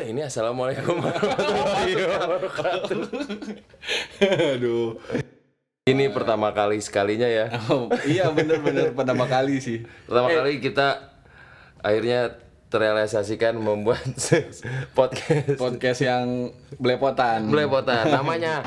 dah ini. Assalamualaikum warahmatullahi wabarakatuh. Aduh. Ini pertama kali sekalinya ya. Oh, iya bener pertama kali sih. Pertama kali kita akhirnya terrealisasikan membuat podcast yang belepotan. Namanya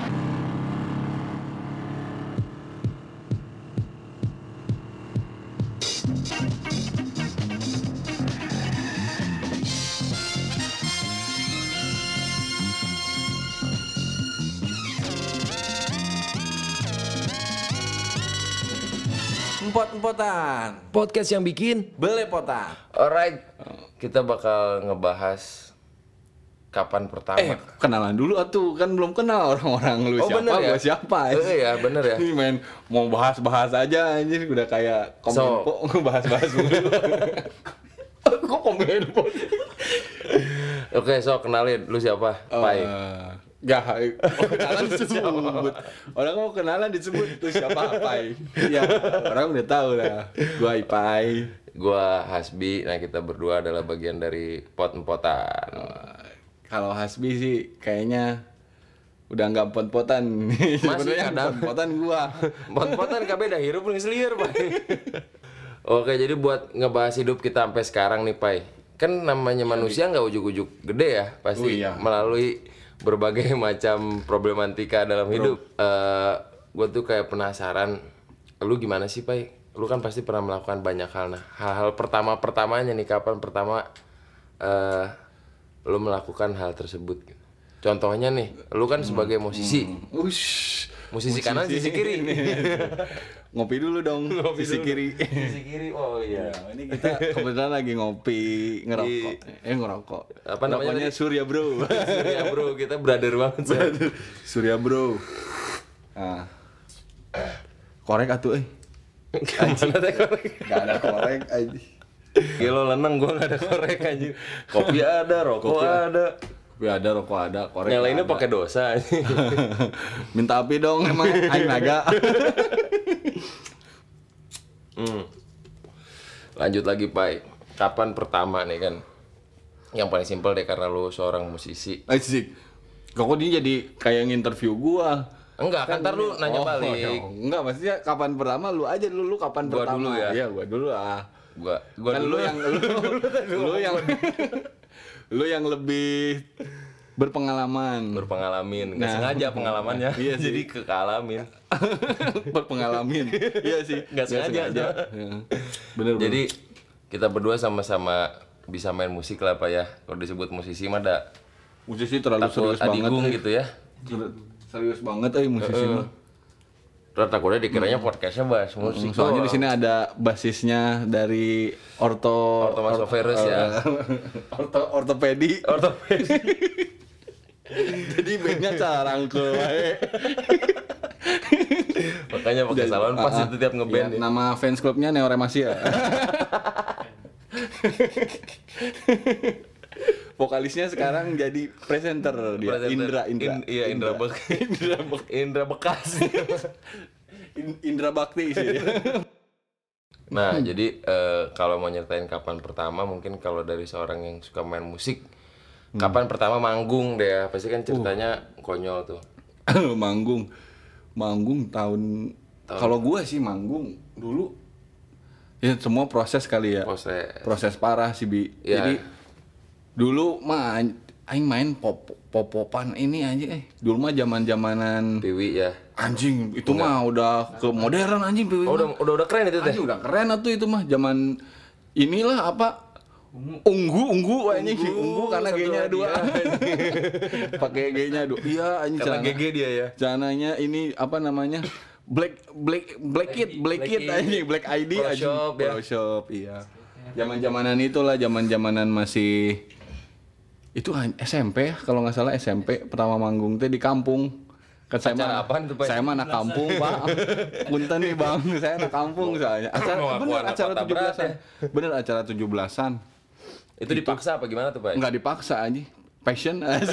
Empot-empotan, podcast yang bikin. belepotan. Alright, kita bakal ngebahas kapan pertama. Kenalan dulu atuh, kan belum kenal orang-orang lu siapa, bener ya? gua siapa. Iya bener ya. Ini main mau bahas-bahas aja anjir, udah kayak kominfo bahas-bahas dulu. Kok kominfo? Oke, so kenalin lu siapa? Pai. Gak, kenalan disebut. Orang mau kenalan disebut tuh siapa Pai. Ya, orang udah tahu lah. Gua Ipai. Gua Hasbi. Nah, kita berdua adalah bagian dari pot-empotan. Kalau Hasbi sih kayaknya udah nggak pot-potan. Masih kadang pot-potan gua. Pot-potan kabeh dah hirup geus lieur, Pai. Oke, jadi buat ngebahas hidup kita sampai sekarang nih, Pai. Kan namanya manusia nggak ujuk-ujuk gede ya, pasti melalui berbagai macam problematika dalam hidup. Gue tuh kayak penasaran, lu gimana sih, Pai? Lu kan pasti pernah melakukan banyak hal. Nah, hal-hal pertamanya nih, kapan pertama lu melakukan hal tersebut? Contohnya nih, lu kan sebagai musisi. Musisi kanan, sisi kiri. Ngopi dulu dong, sisi kiri. Sisi kiri, oh iya. Ini kita kebetulan lagi ngopi, ngerokok. Apa namanya? Surya Bro. Surya Bro, kita brother banget. Surya Bro. Nah. Korek atuh Gimana teh korek? Gak ada korek aja. Gelo leneng gua enggak ada korek anjing. Kopi ada, rokok ada. Kopi ada, rokok ada, korek. Nyalainnya pakai dosa anjing. Minta api dong emang aing naga. Lanjut lagi, Pai. Kapan pertama nih kan? Yang paling simpel deh karena lu seorang musisi. Asik. Kok dia jadi kayak nginterview gua. Enggak, kan ntar lu nanya balik. Enggak, maksudnya kapan pertama lu aja dulu kapan Gua pertama? dulu ya? Iya, gua dulu ah. Gua Kan dulu lu yang lebih berpengalaman. berpengalamin. Nggak sengaja pengalamannya. Iya sih. Jadi kekalamin. Berpengalamin. Iya sih. Nggak sengaja. Bener. Jadi kita berdua sama-sama bisa main musik lah, Pak ya. Kalau disebut musisi mah ada musisi terlalu takut serius banget. adigung gitu ya. Serius banget musisi mah. Terus takutnya dikiranya podcastnya bahas musik. Soalnya di sini ada basisnya dari Ortomasoverus ya. Ortopedi. Jadi bandnya carangkeul wae. Makanya pakai salon pas itu tiap ngeband. Ya, nama fans clubnya Neoremasia. Vokalisnya sekarang jadi presenter dia. Indra Bekas. Indra Bakti sih dia. Nah, jadi kalau mau nyertain kapan pertama, mungkin kalau dari seorang yang suka main musik, kapan pertama manggung deh ya. Pasti kan ceritanya konyol tuh. Manggung tahun. Kalau gua sih manggung dulu ya semua proses kali ya. Proses parah sih, Bi. Ya. Jadi dulu mah aing main popopan ini aja Dulu mah zaman-zamanan Piwi ya. Anjing, itu mah udah ke modern anjing Piwi. Oh, udah keren itu teh. Anjing udah keren atuh itu mah zaman inilah apa? Ungu anjing sih ungu karena G-nya 2. Pakai G-nya 2. Iya anjing Karena GG dia ya. Cananya ini apa namanya? Black Kid anjing, Black ID anjing. Photoshop iya. Zaman-zamanan itulah, zaman-zamanan masih itu SMP ya kalau nggak salah SMP pertama manggung teh di kampung. Kan saya mah anak kampung, Pak. Punten nih, Bang. Saya anak kampung soalnya. Acara 17-an. Bener acara 17-an. Itu dipaksa apa gimana tuh, Pak? Enggak dipaksa aja. Passion aja.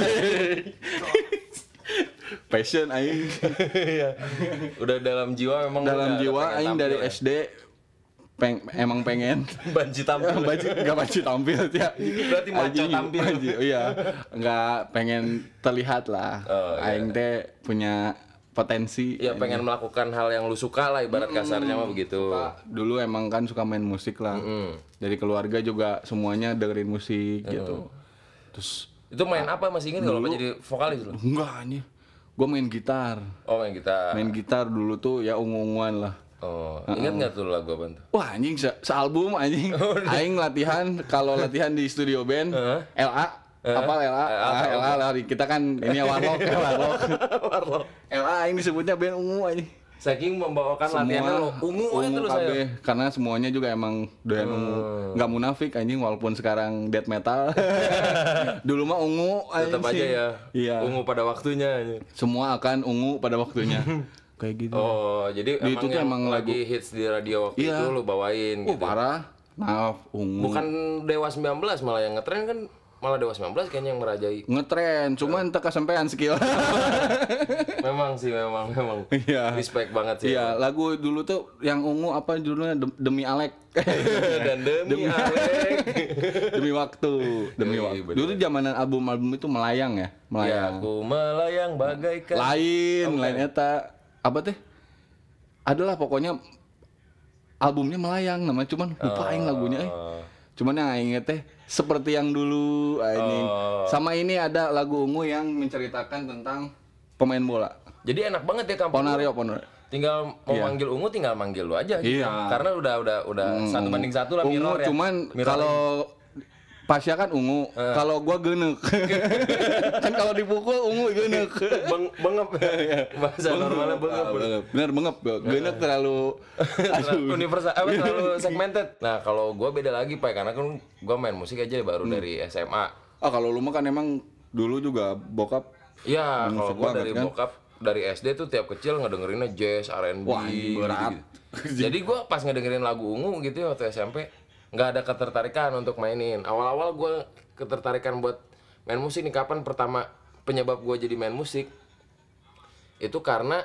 Passion aing. Udah dalam jiwa memang dalam jiwa aing dari SD emang pengen banci tampil. Enggak banci tampil ya. Berarti maco tampil. Iya. Enggak pengen terlihat lah. Aing teh punya potensi. Ya pengen melakukan hal yang lu suka lah ibarat kasarnya mah begitu. Dulu emang kan suka main musik lah. Dari keluarga juga semuanya dengerin musik gitu. Terus itu main apa masih ingat kalau jadi vokalis lu? Enggak anjing. Gua main gitar. Oh, main gitar. Main gitar dulu tuh ya ungu-unguan lah. Oh, ingat nggak tuh lagu apa tuh? Wah anjing sealbum anjing. Aing latihan kalau latihan di studio band LA apa LA? LA lari. Kita kan ini ya Warlock. LA aing disebutnya band ungu anjing. Saking membawakan latihannya lo ungu terus saya. Karena semuanya juga emang doyan ungu. Enggak munafik anjing walaupun sekarang death metal. Dulu mah ungu tetap aja ya. Iya. Ungu pada waktunya anjing. Semua akan ungu pada waktunya. Kayak gitu. Oh, jadi itu tuh emang lagi hits di radio waktu itu lu bawain gitu. Parah. Maaf, ungu. Bukan Dewa 19 malah yang ngetren kan, malah Dewa 19 kayaknya yang merajai. Ngetren, cuman tak kesampean skill. Memang sih, memang. Iya. Respect banget sih. Iya, lagu dulu tuh yang ungu apa judulnya Demi Alek. Dan demi Alek. Demi waktu. Dulu zamanan album-album itu melayang ya, melayang. Ya, aku melayang bagaikan. Lain eta apa teh? Adalah pokoknya albumnya melayang namanya cuman lupa aing lagunya Cuman yang aing inget teh seperti yang dulu anjing. Sama ini ada lagu ungu yang menceritakan tentang pemain bola. Jadi enak banget ya kampung. Ponario. Tinggal mau manggil ungu tinggal manggil lu aja gitu. Iya. Karena udah 1 banding 1 lah ungu, mirror ya. Cuman kalau Pasya kan ungu, kalau gua genek. Kan kalau dipukul ungu genek. Bengep. Bahasa normalnya bengep. Bener bengep. Genek terlalu universal terlalu segmented. Nah, kalau gua beda lagi, Pak, karena kan gua main musik aja baru dari SMA. Kalau lu mah kan emang dulu juga bokap. Iya, kalau gua dari kan? bokap dari SD tuh tiap kecil ngedengerinnya jazz, R&B. Wah, berat. Gitu. Jadi gua pas ngedengerin lagu ungu gitu ya waktu SMP nggak ada ketertarikan untuk mainin. Awal-awal gue ketertarikan buat main musik nih, kapan pertama penyebab gue jadi main musik itu karena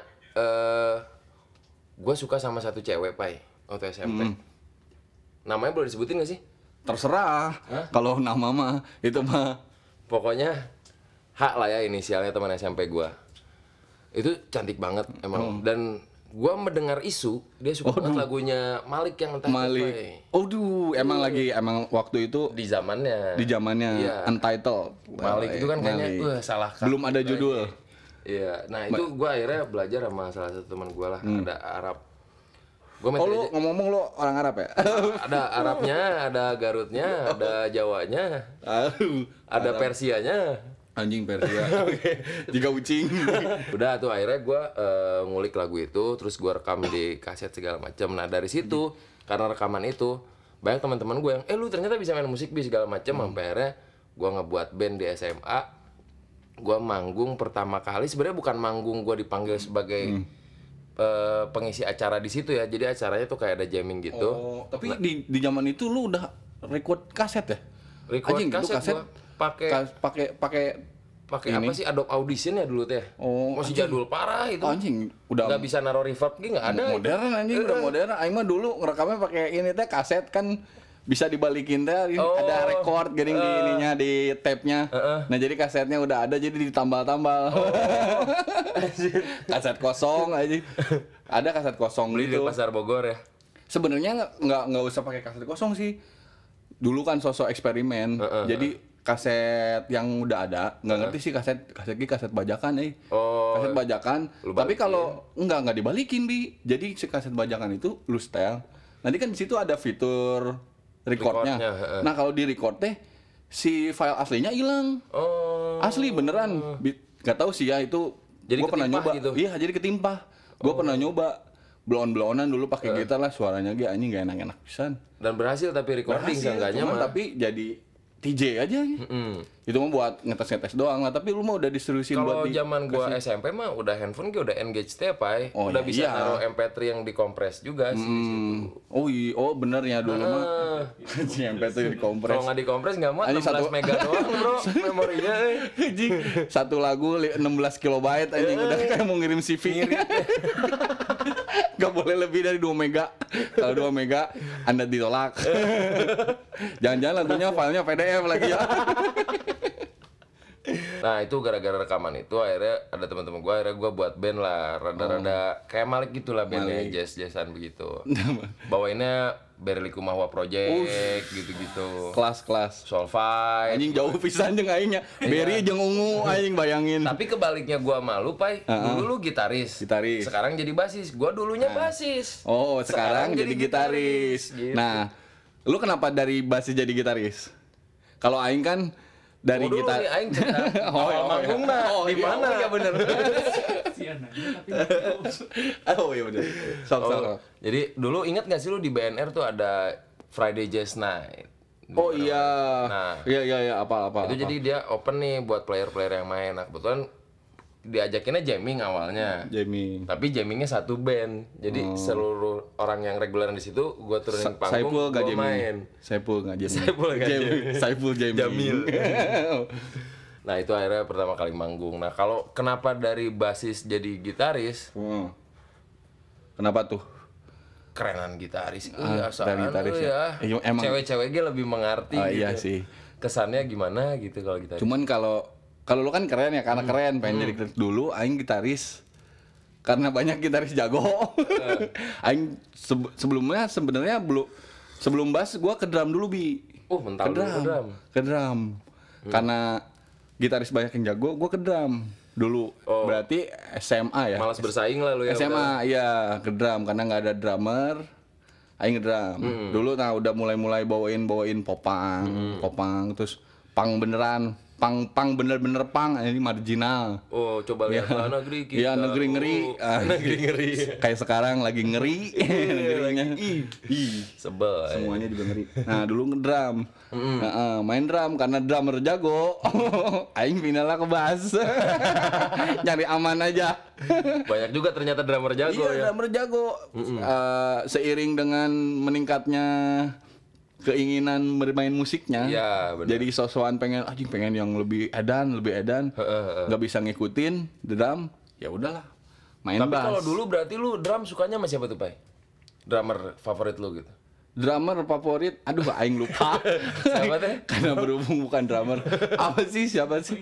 gue suka sama satu cewek, Pai, waktu SMP. Namanya boleh disebutin gak sih? Terserah. Kalau nama mah itu mah pokoknya H lah ya inisialnya, teman SMP gue. Itu cantik banget emang. Dan gua mendengar isu dia suka banget lagunya Malik yang entah Malik. Emang waktu itu di zamannya. Iya. Untitled. Malik itu kan kayaknya salah kan. Belum ada judul. Iya. Nah, itu gua akhirnya belajar sama salah satu teman gua lah, ada Arab. Gua lu ngomong lu orang Arab ya? Ada Arabnya, ada Garutnya, ada Jawanya. Ada Persianya. Anjing Persia. Jika ucing. Udah tuh akhirnya gue ngulik lagu itu, terus gue rekam di kaset segala macam. Nah dari situ karena rekaman itu banyak teman-teman gue yang lu ternyata bisa main musik segala macam. Sampai akhirnya gue ngebuat band di SMA. Gue manggung pertama kali, sebenarnya bukan manggung gue dipanggil sebagai pengisi acara di situ ya. Jadi acaranya tuh kayak ada jamming gitu. Tapi di zaman itu lu udah record kaset ya? Record kaset pakai apa sih, Adobe Audition ya dulu teh. Masih jadul parah itu. Anjing, udah nggak bisa naruh reverb gitu, nggak ada. Modern anjing, udah modern. Aing mah dulu ngerekamnya pakai ini teh kaset kan bisa dibalikin teh, ada record gini di ininya di tape-nya. Nah, jadi kasetnya udah ada jadi ditambal-tambal. Kaset kosong aja. Ada kaset kosong beli gitu. Di Pasar Bogor ya. Sebenarnya nggak usah pakai kaset kosong sih. Dulu kan sosok eksperimen. Jadi kaset yang udah ada, nggak ngerti sih kaset bajakan kaset bajakan. Tapi kalau nggak dibalikin jadi si kaset bajakan itu lu setel. Nanti kan di situ ada fitur recordnya. Nah kalau di record teh si file aslinya hilang. Asli beneran. Nggak tahu sih ya itu. Jadi gue pernah nyoba. Gitu. Iya jadi ketimpah. Gue pernah nyoba. Blown-blowonan dulu pakai gitar lah, suaranya anjing gak enak-enak pisan. Dan berhasil tapi recording seenggaknya mah. Tapi jadi TJ aja. Itu mah buat ngetes doang lah, tapi lu mah udah distribusin buat Kalau zaman gua SMP mah udah handphone udah engage tiap Pai. Udah bisa naruh MP3 yang dikompres juga sih di situ. Bener ya dulu mah. MP3 dikompres. Kalau enggak dikompres enggak muat 16 mega doang, Bro, memorinya. Anjing, satu lagu 16 kilobyte anjing udah kayak mau ngirim CV. Nggak boleh lebih dari 2 mega. Kalau 2 mega Anda ditolak. Jangan-jangan lagunya filenya PDF lagi ya. Nah itu gara-gara rekaman itu akhirnya ada teman-teman gue, akhirnya gue buat band lah, rada-rada kayak Malik gitulah bandnya, jazz-jazzan begitu. Bawainnya Berli Kumahwa Project gitu-gitu. Kelas. Solvay. Anjing jauh pisan jeung aingnya. Berry jeung Ungu anjing bayangin. Tapi kebaliknya gue malu, Pai. Dulu lu gitaris. Sekarang jadi basis. Gue dulunya basis. Oh, sekarang jadi gitaris. Gitu. Nah, lu kenapa dari basis jadi gitaris? Kalau aing kan dari dulu gitar. nih aing cerita awal manggung di mana? Iya bener. Oh iya bener. Sok. Jadi dulu ingat nggak sih lu di BNR tuh ada Friday Jazz Night? Oh iya. Nah, iya apa. Itu jadi dia open nih buat player-player yang main. Nah, kebetulan diajakinnya jamming awalnya. Jamming. Tapi jammingnya satu band. Jadi seluruh orang yang reguleran di situ gua turunin panggung, gua main. Saiful nggak jamming. Saiful jamming. Jamil. Nah, itu akhirnya pertama kali manggung. Nah, kalau kenapa dari basis jadi gitaris? Kenapa tuh? Kerenan gitaris. Dari gitaris ya. Emang cewek-ceweknya lebih mengerti gitu. Iya sih. Kesannya gimana gitu kalau gitaris. Cuman kalau lu kan keren ya, karena keren pengen jadi gitaris dulu, aing gitaris karena banyak gitaris jago. Aing sebelumnya sebenarnya sebelum bass gua ke drum dulu ke drum. Karena gitaris banyak yang jago, gua ke drum dulu. Berarti SMA ya. Malas bersaing lah lu ya. SMA iya ke drum karena nggak ada drummer. Aing ngedrum. Dulu udah mulai bawain popang terus pang beneran. Pang bener-bener pang, ini marginal. Oh, coba lihat negeri kita. Iya, negeri ngeri. Negeri ngeri. Kayak sekarang lagi ngeri negerinya. Sebel. Semuanya juga ngeri. Nah, dulu ngedrum. Main drum karena drummer jago. Aing finalnya ke bass. Nyari aman aja. Banyak juga ternyata drummer jago ya. Iya, drummer jago. Seiring dengan meningkatnya keinginan bermain musiknya, ya, jadi sosokan pengen yang lebih edan, nggak bisa ngikutin drum, ya udahlah main bass. Tapi kalau dulu berarti lu drum sukanya sama siapa tuh, Pai? Drummer favorit lu gitu? Drummer favorit, aduh aing lupa. Siapa teh? Karena berhubung bukan drummer. Siapa sih?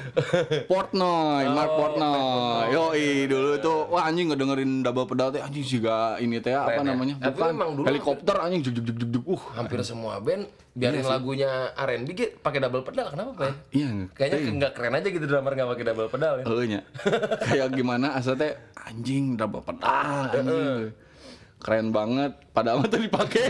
Portnoy, Mark Portnoy. Yoi, dulu tuh wah anjing ngedengerin double pedal teh anjing juga ini teh apa namanya? Bukan helikopter anjing juk. Hampir semua band biarin lagunya R&B gitu pakai double pedal. Kenapa, Pak? Iya. Kayaknya enggak keren aja gitu drummer enggak pakai double pedal ya. Nya. Kayak gimana asal teh anjing double pedal anjing. Keren banget, padahal tuh dipakai.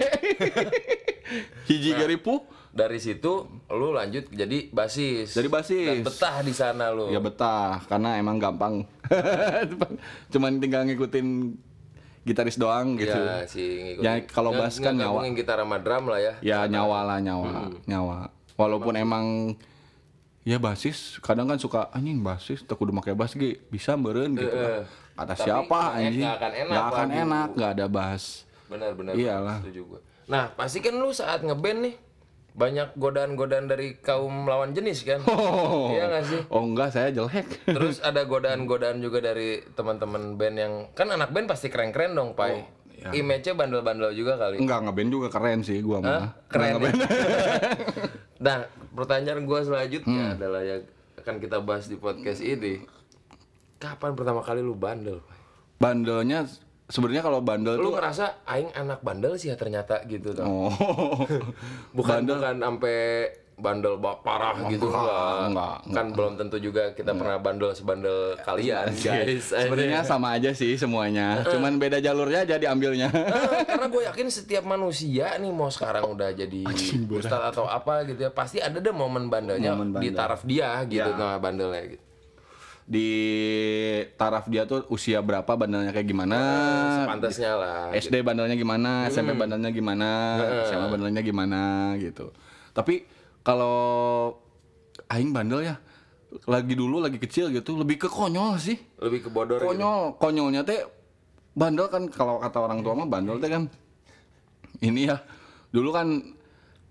Hiji garipu. Dari situ lu lanjut jadi basis. Dan betah di sana lu. Ya betah, karena emang gampang. Cuman tinggal ngikutin gitaris doang gitu. Ya, ya kalau bass kan nyawa. Gitar sama drum lah ya. Ya nyawa. Walaupun emang ya basis, kadang kan suka anjing basis, tak kudu make bass ge, bisa meureun gitu kan. Kata siapa anjing? Enggak akan enak, enggak ada bass. Benar. Iyalah. Setuju gua. Nah, pasti kan lu saat ngeband nih banyak godaan-godaan dari kaum lawan jenis kan? Iya nggak sih? Oh enggak, saya jelek. Terus ada godaan-godaan juga dari teman-teman band yang kan anak band pasti keren-keren dong, Pai. Ya. Image-nya bandel-bandel juga kali. Enggak, ngeband juga keren sih gua mah. Keren. Ya? Nah, pertanyaan gua selanjutnya adalah yang akan kita bahas di podcast ini. Kapan pertama kali lu bandel, Pai? Bandelnya sebenarnya kalau bandel lu tuh ngerasa aing anak bandel sih ya ternyata gitu tuh. Oh. bukan sampai bandel parah gitu enggak. Kan belum tentu juga kita pernah bandel sebandel kalian, guys. Sebenarnya sama aja sih semuanya. Cuman beda jalurnya aja diambilnya. Karena gue yakin setiap manusia nih mau sekarang udah jadi ustadz atau apa gitu ya, pasti ada deh momen bandelnya di taraf dia gitu, nah bandelnya gitu. Di taraf dia tuh usia berapa bandelnya kayak gimana, sepantasnya lah SD gitu. Bandelnya gimana, SMP bandelnya gimana, SMA bandelnya gimana gitu. Tapi kalau aing bandel ya lagi kecil gitu lebih ke konyol sih, lebih ke bodor konyol gitu. Konyolnya teh bandel kan kalau kata orang tua mah bandel teh kan ini ya dulu kan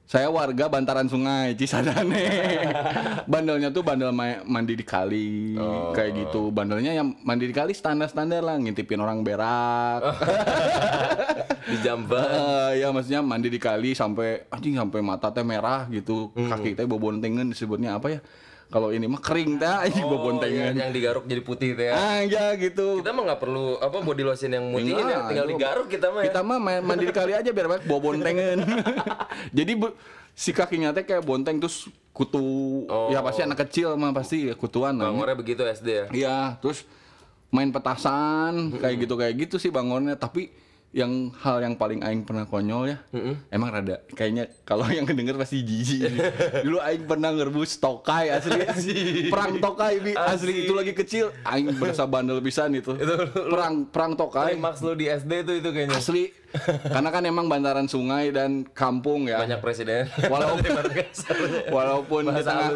Saya warga bantaran sungai Cisadane. Bandelnya tuh bandel mandi di kali kayak gitu. Bandelnya yang mandi di kali standar-standar lah, ngintipin orang berak. Di jamban. Ya maksudnya mandi di kali sampai anjing sampai mata teh merah gitu. Kaki teh bobontengan disebutnya apa ya? Kalau ini mah kering teh anjing bobontengan. Yang digaruk jadi putih teh ya. Ya gitu. Kita mah enggak perlu body lotion yang mutihin ya, tinggal digaruk kita mah. Kita mah mandi di kali aja biar banyak bobontengan. Jadi si kakinya teh kayak bonteng terus kutu. Ya pasti anak kecil mah pasti kutuan. Bangornya begitu SD ya. Iya, terus main petasan kayak gitu sih Bangornya, tapi hal yang paling aing pernah konyol ya. Emang rada kayaknya kalau yang kedenger pasti jijik. Dulu aing pernah ngerebus tokai asli. Perang tokai asli itu lagi kecil. Aing berasa bandel pisan itu. Perang tokai. Maks lu di SD itu kayaknya. Asli. Karena kan emang bantaran sungai dan kampung ya. Banyak presiden. Walaupun di tengah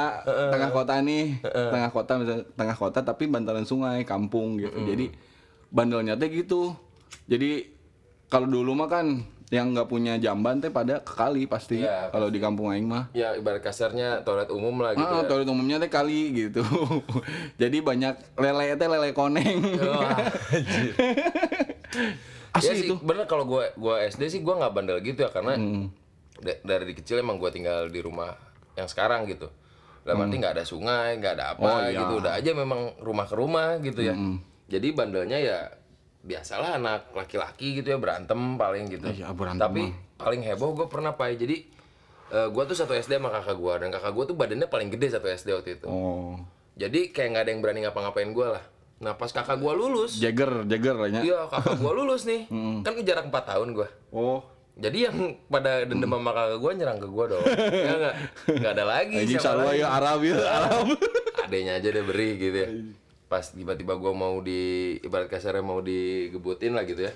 kota tapi bantaran sungai, kampung gitu. Jadi bandelnya teh gitu. Jadi kalau dulu mah kan yang nggak punya jamban teh pada ke kali pasti. Ya, kalau di kampung aing mah. Ya ibarat kasarnya toilet umum lah gitu ya. Toilet umumnya teh kali gitu. Jadi banyak lele koneng. Asli ya itu. Sih, bener kalau gua SD sih gua nggak bandel gitu ya karena dari kecil emang gua tinggal di rumah yang sekarang gitu. Dalam arti nggak ada sungai, nggak ada apa gitu. Udah aja memang rumah ke rumah gitu ya. Jadi bandelnya ya biasalah anak laki-laki gitu ya berantem paling gitu. Tapi paling heboh gue pernah jadi gue tuh satu SD sama kakak gue dan kakak gue tuh badannya paling gede satu SD waktu itu. Jadi kayak nggak ada yang berani ngapa-ngapain gue lah. Nah pas kakak gue lulus, Jagger lah ya. Iya kakak gue lulus nih, kan jarak 4 tahun gue. Jadi yang pada dendam sama kakak gue nyerang ke gue dong. Ya nggak ada lagi. Siapa lagi? Arab. Adenya aja deh beri gitu ya. Pas tiba-tiba gue mau ibarat kasarnya mau digebutin lah gitu ya.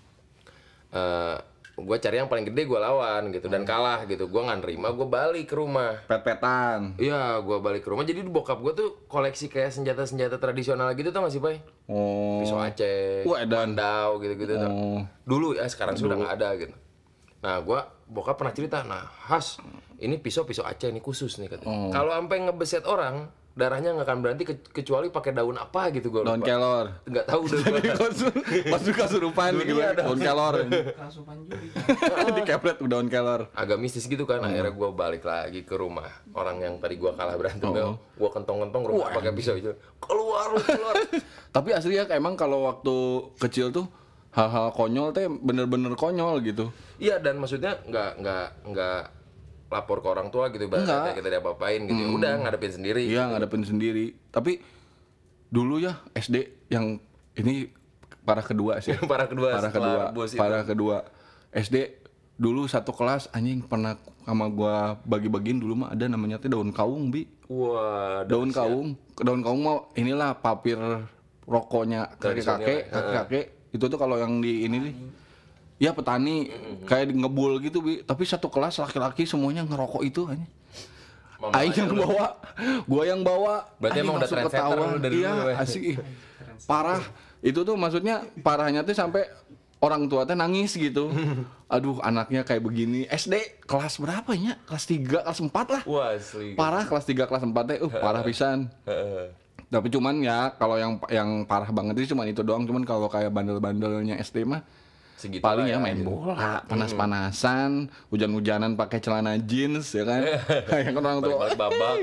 Gue cari yang paling gede gue lawan gitu dan kalah gitu. Gue nggak nerima, gue balik ke rumah. Pet-petan. Iya, gue balik ke rumah. Jadi bokap gue tuh koleksi kayak senjata-senjata tradisional gitu tau gak sih, Pai? Pisau Aceh, mandau gitu-gitu tuh. Dulu ya, sekarang sudah nggak ada gitu. Nah, bokap pernah cerita, ini pisau Aceh ini khusus nih katanya. Kalau sampai ngebeset orang, darahnya nggak akan berhenti kecuali pakai daun apa gitu gue lupa. Daun kelor. Nggak tahu udah Pas kasurupan gitu. Daun kelor. Kasupan juri. Dikeplet daun kelor. Agak mistis gitu kan. Akhirnya gue balik lagi ke rumah orang yang tadi gue kalah berantem. Gue kentong-kentong rumah pakai pisau itu. Keluar. Tapi aslinya emang kalau waktu kecil tuh hal-hal konyol teh bener-bener konyol gitu. Iya dan maksudnya nggak lapor ke orang tua gitu kayak kita diapa-apain gitu. Udah ngadepin sendiri. Iya, ngadepin sendiri. Tapi dulu ya SD yang ini parah kedua sih. Parah kedua. SD dulu satu kelas anjing pernah sama gua bagi-bagiin dulu mah ada namanya teh daun kaung, Bi. Wah, daun kaung. Daun kaung mah inilah papir rokoknya kakek. Itu tuh kalau yang di ini nih. Ya petani kayak ngebul gitu Bi, tapi satu kelas laki-laki semuanya ngerokok itu aja. Aing yang bawa, gua yang bawa. Berarti emang udah trendsetter lu dari dulu. Iya, asik. Parah. Itu tuh maksudnya parahnya tuh sampai orang tua teh nangis gitu. Aduh, anaknya kayak begini. SD kelas berapa ya? Kelas 3, kelas 4 lah. Wah, asli. Parah kelas 3, kelas 4 teh parah pisan. Tapi cuman ya kalau yang parah banget itu cuman itu doang. Cuman kalau kayak bandel-bandelnya SD mah segitu paling ya main bola, panas-panasan, hujan-hujanan pakai celana jeans ya kan. Kayak orang tua. Babak.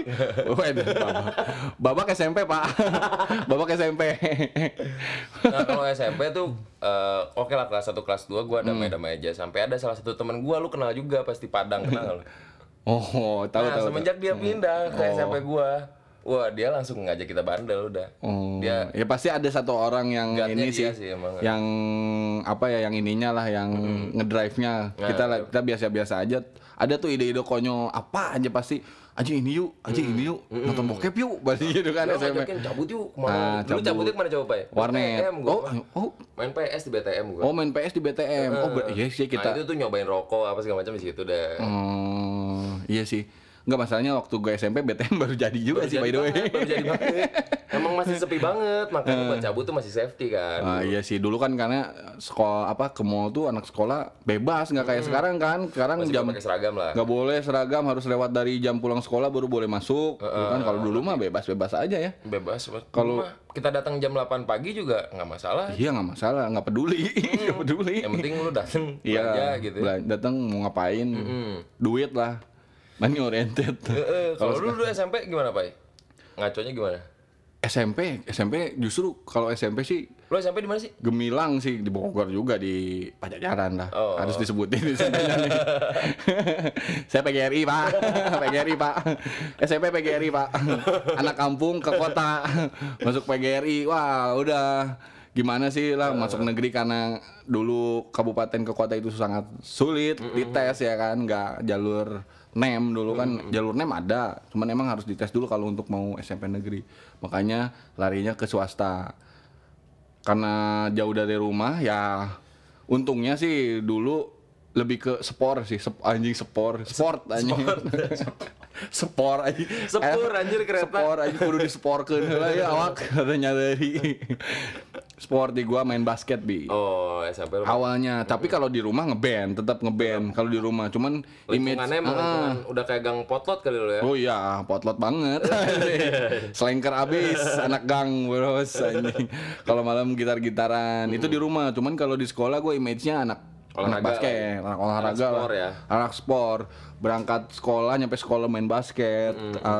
Babak SMP, Pak. Babak SMP. Nah, kalau SMP tuh oke lah kelas 1 kelas 2 gua damai-damai aja. Sampai ada salah satu teman gua lu kenal juga pasti Padang kenal. Tahu. Semenjak dia pindah ke SMP gua. Wah, dia langsung ngajak kita bandel udah. Dia ya pasti ada satu orang yang ini sih yang apa ya yang ininya lah yang ngedrive-nya. Kita biasa-biasa aja. Ada tuh ide-ide konyol apa aja pasti. Anjing ini yuk, nonton bokep yuk. Pasti gitu kan SMP. Cabut yuk kemana? Dulu cabutnya kemana coba, Pak? Warnet. Main PS di BTM gua. Main PS di BTM. Iya sih kita. Nah, itu tuh nyobain rokok apa segala macam di situ deh. Iya sih. Enggak, masalahnya waktu gue SMP BTN baru jadi juga sih, by the way. Baru jadi banget. Emang masih sepi banget, makanya buat cabut tuh masih safety kan. Iya sih, dulu kan karena sekolah ke mall tuh anak sekolah bebas, nggak kayak sekarang kan. Sekarang masih jam pakai seragam lah. nggak boleh seragam, harus lewat dari jam pulang sekolah baru boleh masuk. Kan kalau dulu mah bebas-bebas aja ya. Bebas. Kalau kita datang jam 8 pagi juga nggak masalah. Iya, nggak masalah, nggak peduli. Nggak peduli. Yang penting lu datang belanja gitu. Datang mau ngapain? Duit lah. Money oriented. Kalau dulu SMP gimana, Pak? Ngaconya gimana? SMP justru kalau SMP sih Lu SMP di mana sih? Gemilang sih, di Bogor juga, di Pajajaran lah. Harus disebutin di sana nih. Saya PGRI, Pak. PGRI, Pak. SMP PGRI, Pak. Anak kampung ke kota masuk PGRI. Wah, udah gimana sih lah masuk negeri, karena dulu kabupaten ke kota itu sangat sulit dites ya kan, nggak jalur NEM dulu kan. Jalur NEM ada, cuman emang harus dites dulu kalau untuk mau SMP negeri. Makanya larinya ke swasta. Karena jauh dari rumah ya, untungnya sih dulu lebih ke sport sih, sport anjing. Sport anjing. Sepur anjir kereta. Sport anjing kudu disporkeun heula ya awak katanya dari. Sport di gua main basket bi. Oh, SMP awalnya, tapi kalau di rumah tetap ngeband kalau di rumah, cuman image lingkungan udah kayak gang potlot kali lo ya. Oh iya, potlot banget. Selengker abis, anak gang bros anjing. Kalau malam gitar-gitaran itu di rumah, cuman kalau di sekolah gua image-nya anak basket, anak olahraga lah. Ya. Anak sport. Berangkat sekolah, nyampe sekolah main basket.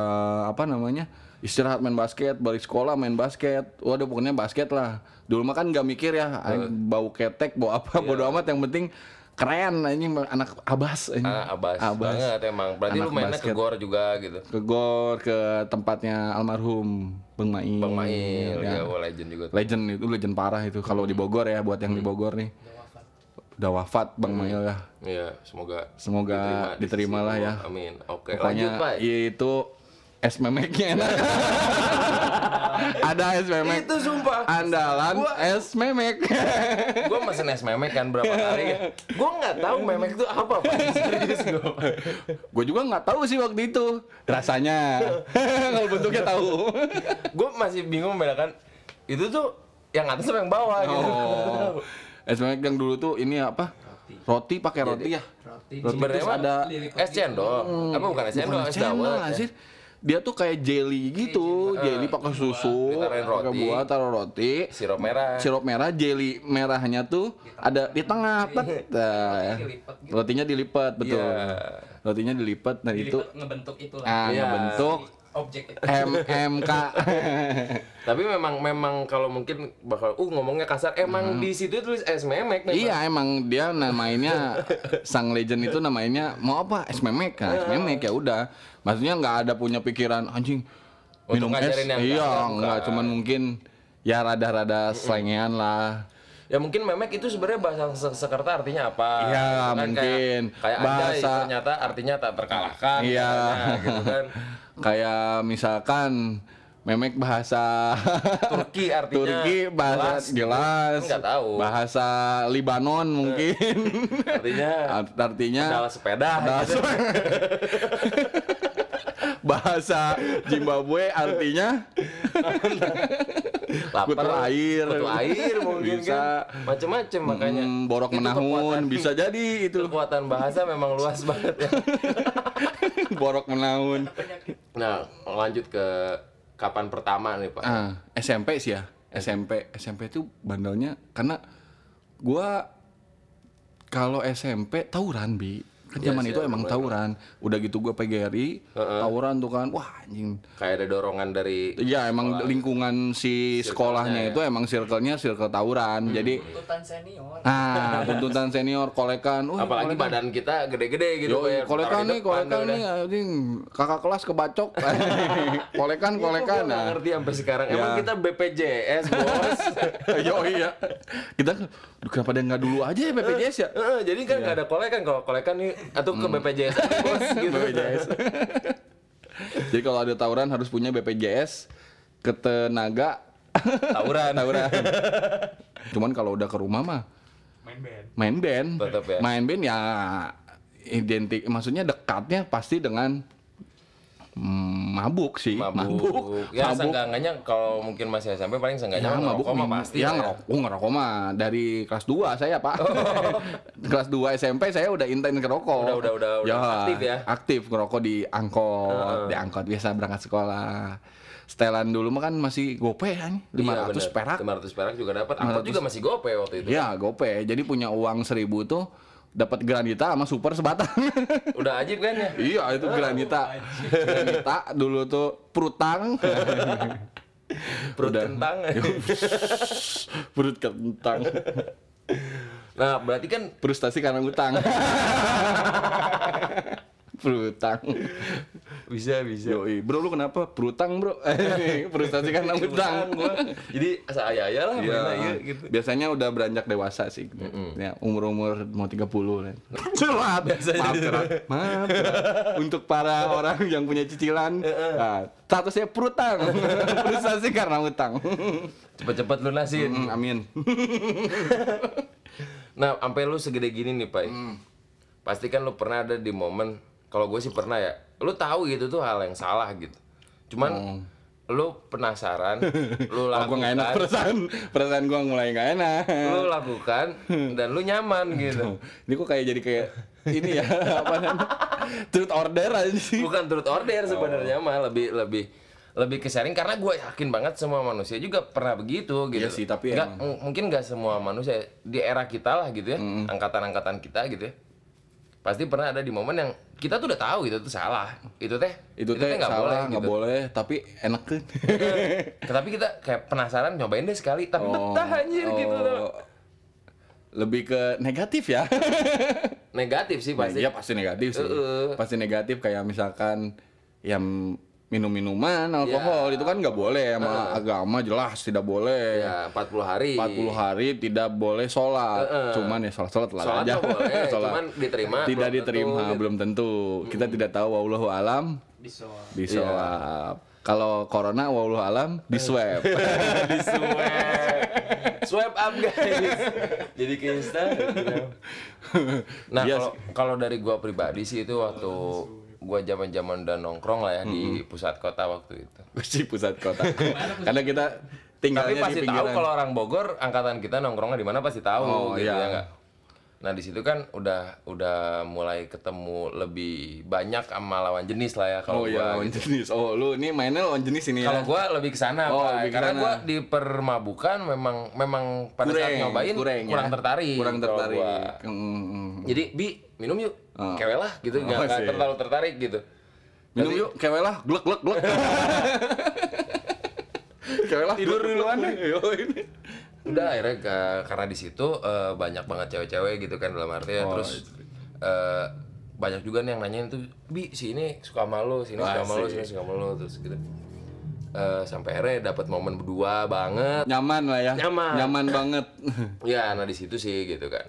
Istirahat main basket, balik sekolah main basket. Waduh, pokoknya basket lah. Dulu mah kan nggak mikir ya, bau ketek, bau apa, bodo amat, yang penting keren anjing, anak abas anjing. Abas banget emang. Berarti anak lu mainnya basket. Ke GOR juga gitu. Ke GOR, ke tempatnya almarhum Bang Mail. Ya, legend juga. Legend parah itu kalau di Bogor ya, buat yang di Bogor nih. Udah wafat Bang Mail ya. Iya, semoga diterima lah ya. Amin. Oke, pokoknya lanjut, Pak. Itu es memeknya enak. Ada es memek. Itu sumpah. Andalan es memek. Gue mesen es memek kan berapa kali ya. Gue nggak tahu memek itu apa, Pak. Serius gue. Gue juga nggak tahu sih waktu itu rasanya. Kalau bentuknya tahu. Gue masih bingung membedakan itu tuh yang atas sama yang bawah gitu. Es memek yang dulu tuh ini apa? Roti pakai roti ya. Roti sebenarnya ada es cendol. Apa bukan es cendol? Es dawet. Dia tuh kayak jelly gitu, jelly pakai susu, pakai buah, taruh roti, sirup merah, jelly merahnya tuh ada di tengah, rotinya dilipat, betul, rotinya dilipat, nah itu ngebentuk itulah, ngebentuk objek itu. MMK. Tapi memang kalau mungkin bakal ngomongnya kasar, emang di situ tulis es memek. Iya, emang dia namanya sang legend itu namanya mau apa? Es memek kan. Es memek ya udah. Maksudnya nggak ada punya pikiran anjing minum es. Iya, nggak, cuman mungkin ya rada-rada slengean lah. Ya mungkin memek itu sebenarnya bahasa Sanskerta artinya apa? Iya, kan mungkin. Kayak bahasa anjay, ternyata artinya tak terkalahkan. Iya. Gitu kan. Kayak misalkan memek bahasa Turki artinya bahasa jelas. Enggak tahu. Bahasa Libanon mungkin. Artinya pedal sepeda gitu. Bahasa Zimbabwe artinya kutu air mungkin bisa kan macam-macam, makanya borok menahun bisa jadi itu. Kekuatan bahasa memang luas banget ya. Borok menahun. Nah, lanjut ke kapan pertama nih, Pak? SMP sih ya. SMP itu bandelnya karena gua kalau SMP tawuran kan zaman itu emang tawuran. Udah gitu gua PGRI, tawuran tuh kan. Wah, anjing. Kayak ada dorongan dari iya, emang lingkungan si sekolahnya itu emang circle-nya circle tawuran. Jadi tuntutan senior. Tuntutan senior kolekan. Apalagi badan kita gede-gede gitu. Kolekan nih, anjing. Kakak kelas kebacok. kolekan. Nggak ngerti sampai sekarang. Emang kita BPJS, Bos. Iya. Kita kenapa dia nggak dulu aja ya BPJS ya? Jadi kan nggak ada kolekan. Kalau kolekan nih atau ke BPJS Bos gitu. BPJS. Jadi kalau ada tawuran harus punya BPJS ketenaga tawuran. Cuman kalau udah ke rumah mah main band. Tetep ya. Main band ya identik, maksudnya dekatnya pasti dengan Mabuk sih, mabuk. Ya mabuk. seenggaknya kalau mungkin masih SMP paling seenggaknya mabuk ngerokok mah pasti. Ya lah ngerokok mah dari kelas 2 saya, Pak. Kelas 2 SMP saya udah intens ngerokok. Udah aktif ya. Aktif ngerokok di angkot biasa berangkat sekolah. Setelan dulu mah kan masih gope kan, 500 perak. 500 perak juga dapat. Angkot juga masih gope waktu itu. Iya, gope. Jadi punya uang 1.000 tuh dapat granita sama super sebatang. Udah ajib kan ya? Iya, itu granita. Granita dulu tuh prutang. Perut kentang. Perut kentang. Nah, berarti kan Frustasi karena utang. Perutang. bisa. Yoi, bro lu kenapa? Perutang, bro. Frustasi karena utang. Jadi saya lah Iya, gitu. biasanya udah beranjak dewasa sih. Ya, umur mau 30 kan. Cerat. Maaf. Untuk para orang yang punya cicilan, nah, statusnya perutang. Frustasi karena utang. Cepet-cepet lunasin. Amin. Nah, sampai lu segede gini nih, Pai. Pasti kan lu pernah ada di momen, kalau gue sih pernah ya, lu tahu gitu tuh hal yang salah gitu. Cuman lu penasaran, lu Gue lakukan. nggak enak perasaan gue mulai nggak enak. Lu lakukan dan lu nyaman gitu. Ini kok kayak jadi kayak ini ya apa namanya? Truth order aja sih. Bukan truth order sebenarnya mah lebih ke sharing karena gue yakin banget semua manusia juga pernah begitu gitu. Iya sih, tapi mungkin nggak semua manusia di era kita lah gitu ya, angkatan-angkatan kita gitu ya. Pasti pernah ada di momen yang kita tuh udah tahu itu tuh salah. Itu teh nggak boleh, nggak gitu. boleh, tapi enak kan. Tapi kita kayak penasaran nyobain deh sekali, tapi betah anjir gitu tuh. Lebih ke negatif ya. Negatif sih pasti. Iya pasti negatif sih. Pasti negatif kayak misalkan yang minum-minuman alkohol itu kan nggak boleh sama agama jelas tidak boleh. Ya, 40 hari. 40 hari tidak boleh sholat. Cuman ya sholat Sholat aja. mah boleh, Sholat. cuman diterima. Tidak belum diterima, tentu, gitu. belum tentu. Kita tidak tahu wallahu alam. Disolab. Kalau corona wallahu alam di swab. Swipe up guys. Jadi ke Insta. Nah, kalau dari gua pribadi sih itu waktu gua zaman-zaman udah nongkrong lah ya di pusat kota waktu itu. Di pusat kota. Karena kita Tapi tinggalnya pasti di tahu pinggiran. kalau orang Bogor angkatan kita nongkrongnya di mana pasti tahu gitu iya. ya enggak. Nah, di situ kan udah mulai ketemu lebih banyak sama lawan jenis lah ya kalau gua. Lawan Gitu. jenis. Oh, lu ini mainnya lawan jenis ini ya. Kalau gua lebih ke sana, Pak. lebih ke Karena sana. gua di permabukan memang pada saat nyobain kurang tertarik. Kurang kalau tertarik. gua. Jadi, Bi, minum yuk. Kewe lah gitu, enggak sih. terlalu tertarik gitu. Minum yuk, kewe lah, glek. Kewe lah, Tidur duluan deh. Ini. Udah akhirnya karena di situ banyak banget cewek-cewek gitu kan dalam artinya terus banyak juga nih yang nanyain tuh, Bi, si ini suka sama lo, sini suka sama lo, sini suka sama lo, terus gitu. Sampai akhirnya dapat momen berdua banget. Nyaman lah ya. Nyaman banget. Ya, nah di situ sih gitu kan.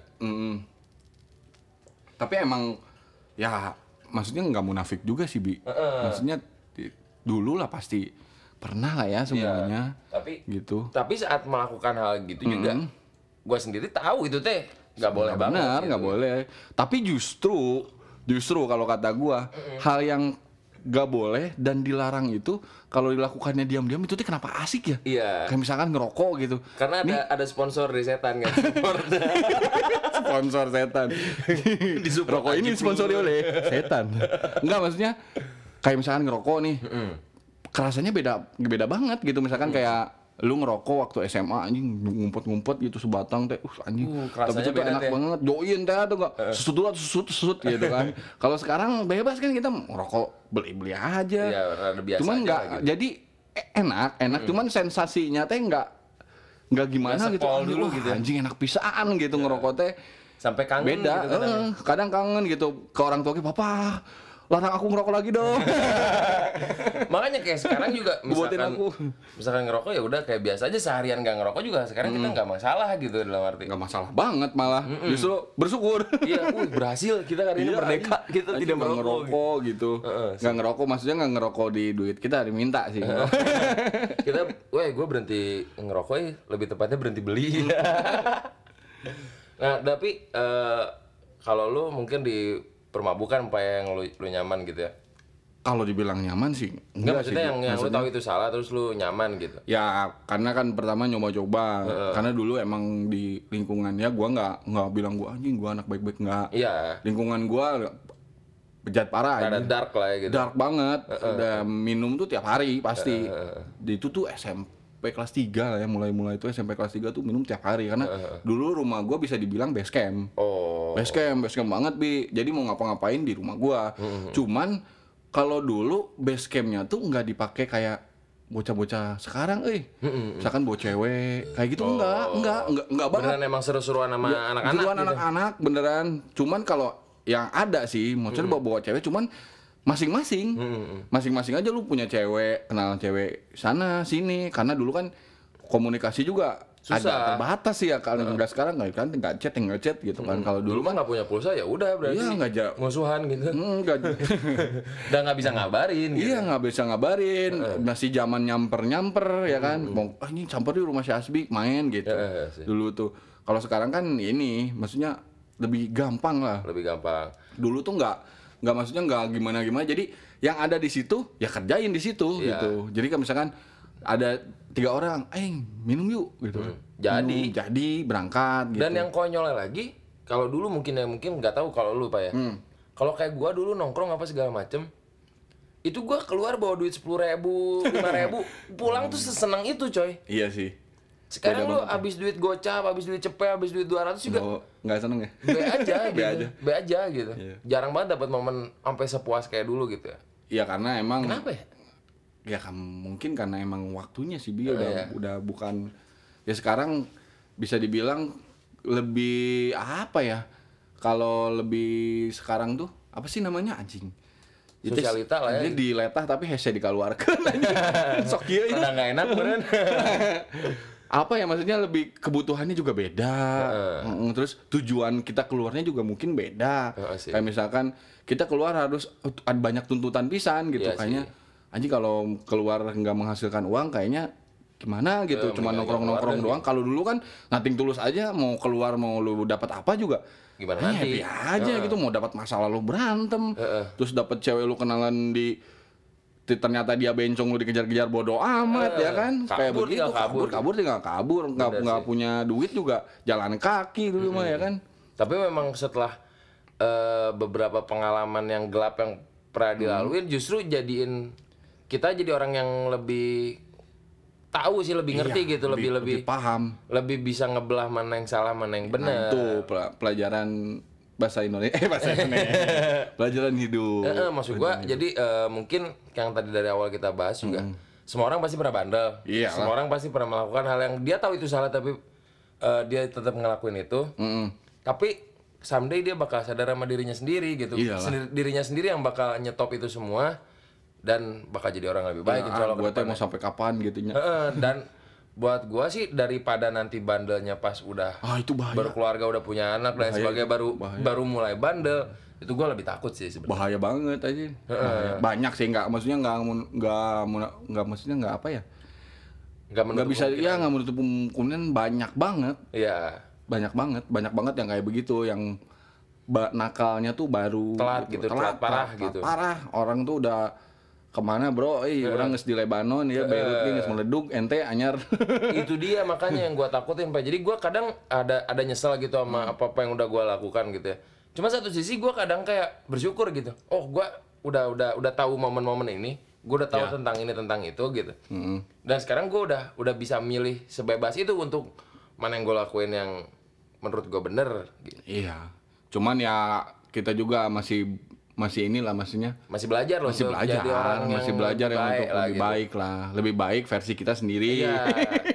Tapi emang ya maksudnya nggak munafik juga sih, Bi. Maksudnya dulu lah pasti pernah lah ya semuanya. Tapi gitu. Tapi saat melakukan hal gitu juga gua sendiri tahu itu teh nggak boleh banget. Benar, gitu. nggak boleh. Tapi justru kalau kata gua hal yang nggak boleh dan dilarang itu kalau dilakukannya diam-diam itu tuh kenapa asik ya? Iya. Kayak misalkan ngerokok gitu. Karena ada sponsor dari setan kan. Sponsor setan. Rokok ini disponsori oleh setan. Enggak, maksudnya kayak misalkan ngerokok nih. Kerasanya beda banget gitu. Misalkan kayak lu ngerokok waktu SMA anjing ngumpet-ngumpet gitu sebatang teh anjing. Tapi itu beda enak teh. banget. Join teh tuh enggak susut gitu kan. Kalau sekarang bebas kan kita ngerokok beli-beli aja. Iya, rada biasa Cuman aja enggak lah gitu. jadi enak cuman sensasinya teh enggak gimana Nggak gitu. sepol Anjing, dulu wah, gitu ya. anjing enak pisaan gitu ngerokok teh. Sampai kangen Beda, gitu kadang. kadang kangen gitu ke orang tua, papa larang aku ngerokok lagi dong. Makanya kayak sekarang juga Buatin aku. misalkan ngerokok ya udah kayak biasa aja seharian nggak ngerokok juga sekarang kita nggak masalah gitu dalam arti. Nggak masalah banget malah, justru bersyukur. Iya, berhasil kita hari ini merdeka kita Anjing, tidak nggak merokok. gitu. Nggak ngerokok, maksudnya nggak ngerokok di duit kita diminta sih. Kita, gue berhenti ngerokok ya, lebih tepatnya berhenti beli. Nah, tapi kalau lu mungkin di permabukan apa yang lu nyaman gitu ya? Kalau dibilang nyaman sih enggak maksudnya yang lu tahu itu salah terus lu nyaman gitu. Ya karena kan pertama nyoba-coba. Karena dulu emang di lingkungan ya gua nggak bilang gua anjing gua anak baik-baik, nggak. Iya. Lingkungan gua bejat parah aja. Ada dark lah ya gitu. Dark banget. Udah minum tuh tiap hari pasti. Itu tuh SMP kelas 3 lah ya, mulai itu SMP kelas 3 tuh minum tiap hari karena dulu rumah gua bisa dibilang base camp. Base camp banget, Bi. Jadi mau ngapa-ngapain di rumah gua. Cuman kalau dulu base campnya tuh nggak dipakai kayak bocah-bocah sekarang, misalkan bawa cewek kayak gitu enggak banget. Beneran emang seru-seruan sama anak-anak Seruan gitu. anak-anak beneran. Cuman kalau yang ada sih, maksudnya bawa cewek, cuman masing-masing aja lu punya cewek, kenalan cewek sana sini. Karena dulu kan komunikasi juga susah, agak terbatas sih ya. Kalau udah sekarang nggak chat gitu kan. Kalau dulu mah nggak punya pulsa ya udah berarti musuhan gitu. Enggak. Udah nggak bisa ngabarin gitu. Iya, nggak bisa ngabarin. Masih zaman nyamper ya kan. Mau ini campur di rumah si Asbi main gitu. Dulu tuh. Kalau sekarang kan ini maksudnya lebih gampang lah. Lebih gampang. Dulu tuh nggak maksudnya nggak gimana. Jadi yang ada di situ ya kerjain di situ gitu. Jadi kan misalkan ada 3 orang, minum yuk gitu. Jadi berangkat gitu. Dan yang konyolnya lagi, kalau dulu mungkin nggak tahu kalau lu Pak ya. Kalau kayak gua dulu nongkrong apa segala macem, itu gua keluar bawa duit 10.000, 5.000, pulang tuh sesenang itu coy. Iya sih. Sekarang lu habis duit gocap, habis duit cepet, habis duit 200 juga nggak seneng ya? Be aja gitu. Iya. Jarang banget dapat momen sampai sepuas kayak dulu gitu ya. Iya karena emang. Kenapa ya? Ya mungkin karena emang waktunya sih udah bukan ya sekarang bisa dibilang lebih apa ya, kalau lebih sekarang tuh apa sih namanya anjing sosialita lah ya, jadi diletah tapi hese dikeluarkan sok kieu udah nggak enak beneran. Apa ya maksudnya lebih kebutuhannya juga beda. Terus tujuan kita keluarnya juga mungkin beda. Kayak misalkan kita keluar harus ada banyak tuntutan pisan gitu. Kayaknya anjing kalau keluar nggak menghasilkan uang kayaknya gimana gitu. Cuma nongkrong doang. Kalau dulu kan nothing tulus aja, mau keluar mau lu dapat apa juga gimana nanti happy aja gitu. Mau dapat masalah lu berantem, terus dapat cewek lu kenalan ternyata dia bencong lu dikejar-kejar bodo amat ya kan. Kayak begitu tinggal kabur nggak punya duit juga jalan kaki dulu mah ya kan. Tapi memang setelah beberapa pengalaman yang gelap yang pernah dilaluin justru jadiin kita jadi orang yang lebih tahu sih, lebih ngerti gitu, lebih paham, lebih bisa ngebelah mana yang salah mana yang benar. Itu pelajaran bahasa Indonesia pelajaran hidup. Maksud gua jadi mungkin yang tadi dari awal kita bahas juga semua orang pasti pernah bandel. Semua orang pasti pernah melakukan hal yang dia tahu itu salah tapi dia tetap ngelakuin itu. Tapi someday dia bakal sadar sama dirinya sendiri gitu. Dirinya sendiri yang bakal nyetop itu semua dan bakal jadi orang lebih baik. Gue tuh mau sampai kapan gitunya. Dan buat gua sih daripada nanti bandelnya pas udah itu berkeluarga, udah punya anak dan sebagainya baru mulai bandel, itu gua lebih takut sih sebenarnya. Bahaya banget aja. Banyak sih maksudnya maksudnya nggak apa ya? Nggak bisa nggak menutup kemungkinan banyak banget. Iya. Banyak banget yang kayak begitu, yang nakalnya tuh baru telat parah gitu. Parah, orang tuh udah kemana bro, orang nges di Lebanon ya, Beirut nges meleduk, ente anyar. Itu dia makanya yang gua takutin Pak. Jadi gua kadang ada nyesel gitu sama apa-apa yang udah gua lakukan gitu ya. Cuma satu sisi gua kadang kayak bersyukur gitu. Oh, gua udah tahu momen-momen ini, gua udah tahu tentang ini tentang itu gitu. Dan sekarang gua udah bisa milih sebebas itu untuk mana yang gua lakuin yang menurut gua bener gitu. Iya. Cuman ya kita juga masih inilah maksudnya masih belajar loh, masih belajar yang untuk lebih baik lah, lebih baik versi kita sendiri. Iya.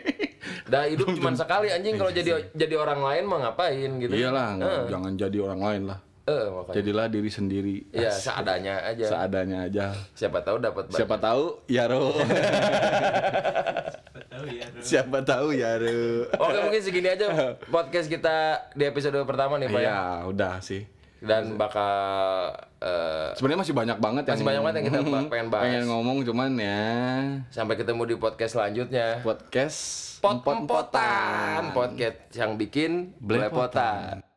Dah hidup cuma sekali anjing, kalau jadi orang lain mah ngapain gitu. Iyalah, jangan jadi orang lain lah. Jadilah diri sendiri. Iya, seadanya aja. Siapa tahu dapat banyak. Siapa tahu Yaro. Siapa tahu Yaro. Oke, mungkin segini aja podcast kita di episode pertama nih Pak. Iya, udah sih. Dan bakal sebenarnya masih banyak banget yang kita pengen bahas. Pengen ngomong cuman ya. Sampai ketemu di podcast selanjutnya. Podcast Pot-potan. Podcast yang bikin belepotan.